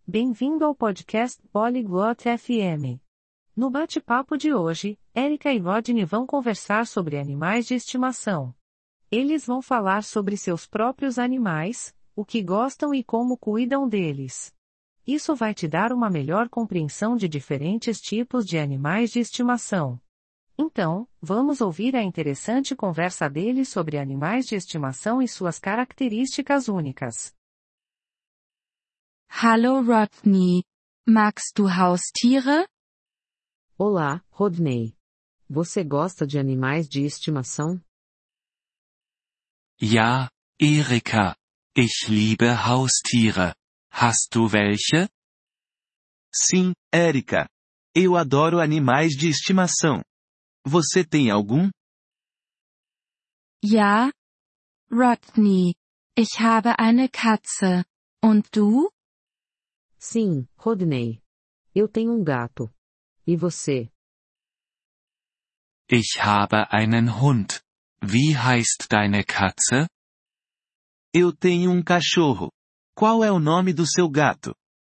Bem-vindo ao podcast Polyglot FM. No bate-papo de hoje, Erika e Rodney vão conversar sobre animais de estimação. Eles vão falar sobre seus próprios animais, o que gostam e como cuidam deles. Isso vai te dar uma melhor compreensão de diferentes tipos de animais de estimação. Então, vamos ouvir a interessante conversa deles sobre animais de estimação e suas características únicas. Hallo Rodney. Magst du Haustiere? Olá, Rodney. Você gosta de animais de estimação? Ja, Erika. Ich liebe Haustiere. Hast du welche? Sim, Erika. Eu adoro animais de estimação. Você tem algum? Ja. Rodney. Ich habe eine Katze. Und du? Sim, Rodney. Eu tenho um gato. E você? Ich habe einen Hund. Wie heißt deine Katze? Eu tenho cachorro. Qual é o nome do seu gato?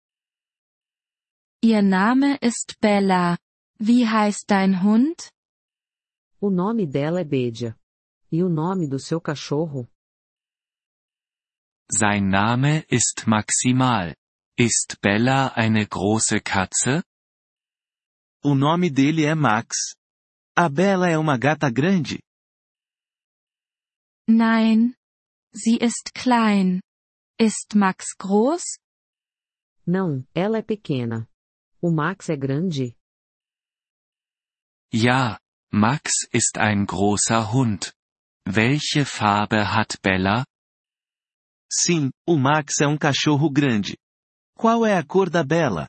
Ihr Name ist Bella. Wie heißt dein Hund? O nome dela é Bedia. E o nome do seu cachorro? Sein Name ist Maximal. Ist Bella eine große Katze? O nome dele é Max. A Bella é uma gata grande? Nein. Sie ist klein. Ist Max groß? Não, ela é pequena. O Max é grande? Ja, Max ist ein großer Hund. Welche Farbe hat Bella? Sim, o Max é cachorro grande. Qual é a cor da Bella?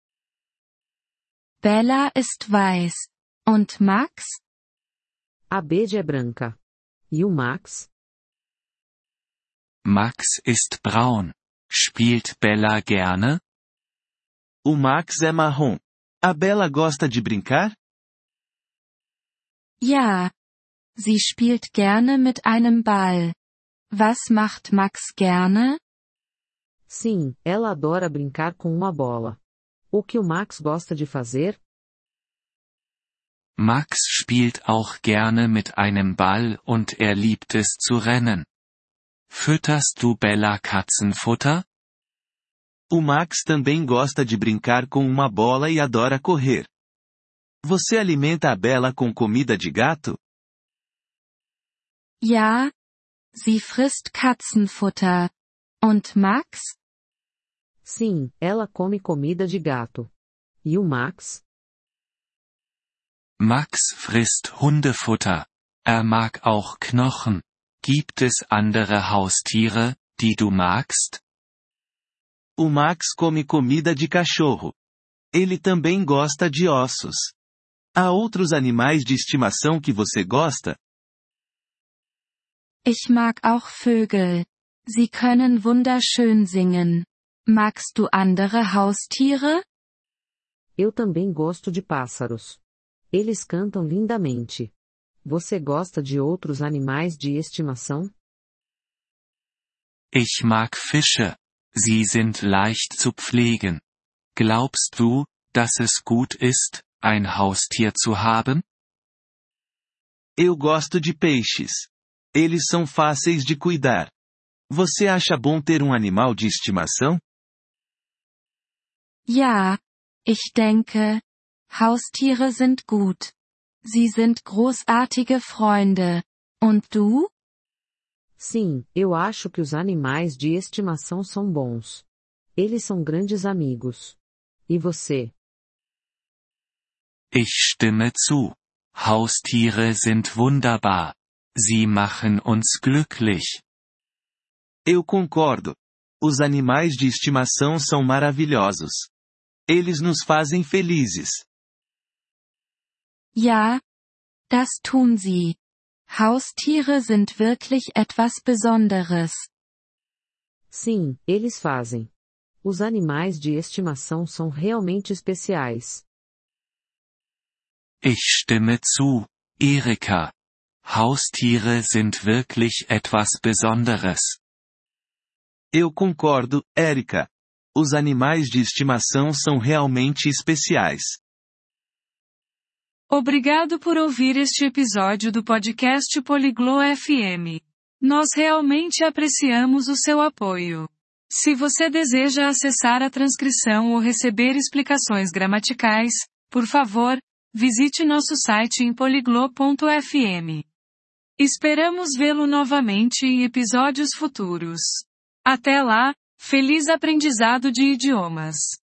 Bella ist weiß. Und Max? A Bedia é branca. E o Max? Max ist braun. Spielt Bella gerne? O Max é marrom. A Bella gosta de brincar? Ja. Sie spielt gerne mit einem Ball. Was macht Max gerne? Sim, ela adora brincar com uma bola. O que o Max gosta de fazer? Max spielt auch gerne mit einem Ball und er liebt es zu rennen. Fütterst du Bella Katzenfutter? O Max também gosta de brincar com uma bola e adora correr. Você alimenta a Bella com comida de gato? Ja. Sie frisst Katzenfutter. Und Max? Sim, ela come comida de gato. E o Max? Max frisst Hundefutter. Er mag auch Knochen. Gibt es andere Haustiere, die du magst? O Max come comida de cachorro. Ele também gosta de ossos. Há outros animais de estimação que você gosta? Ich mag auch Vögel. Sie können wunderschön singen. Magst du andere Haustiere? Eu também gosto de pássaros. Eles cantam lindamente. Você gosta de outros animais de estimação? Ich mag Fische. Sie sind leicht zu pflegen. Glaubst du, dass es gut ist, ein Haustier zu haben? Eu gosto de peixes. Eles são fáceis de cuidar. Você acha bom ter animal de estimação? Ja. Ich denke, Haustiere sind gut. Sie sind großartige Freunde. Und du? Sim, eu acho que os animais de estimação são bons. Eles são grandes amigos. E você? Ich stimme zu. Haustiere sind wunderbar. Sie machen uns glücklich. Eu concordo. Os animais de estimação são maravilhosos. Eles nos fazem felizes. Ja. Das tun sie. Haustiere sind wirklich etwas Besonderes. Sim, eles fazem. Os animais de estimação são realmente especiais. Ich stimme zu, Erika. Haustiere sind wirklich etwas Besonderes. Eu concordo, Erika. Os animais de estimação são realmente especiais. Obrigado por ouvir este episódio do podcast Poliglo FM. Nós realmente apreciamos o seu apoio. Se você deseja acessar a transcrição ou receber explicações gramaticais, por favor, visite nosso site em poliglo.fm. Esperamos vê-lo novamente em episódios futuros. Até lá, feliz aprendizado de idiomas!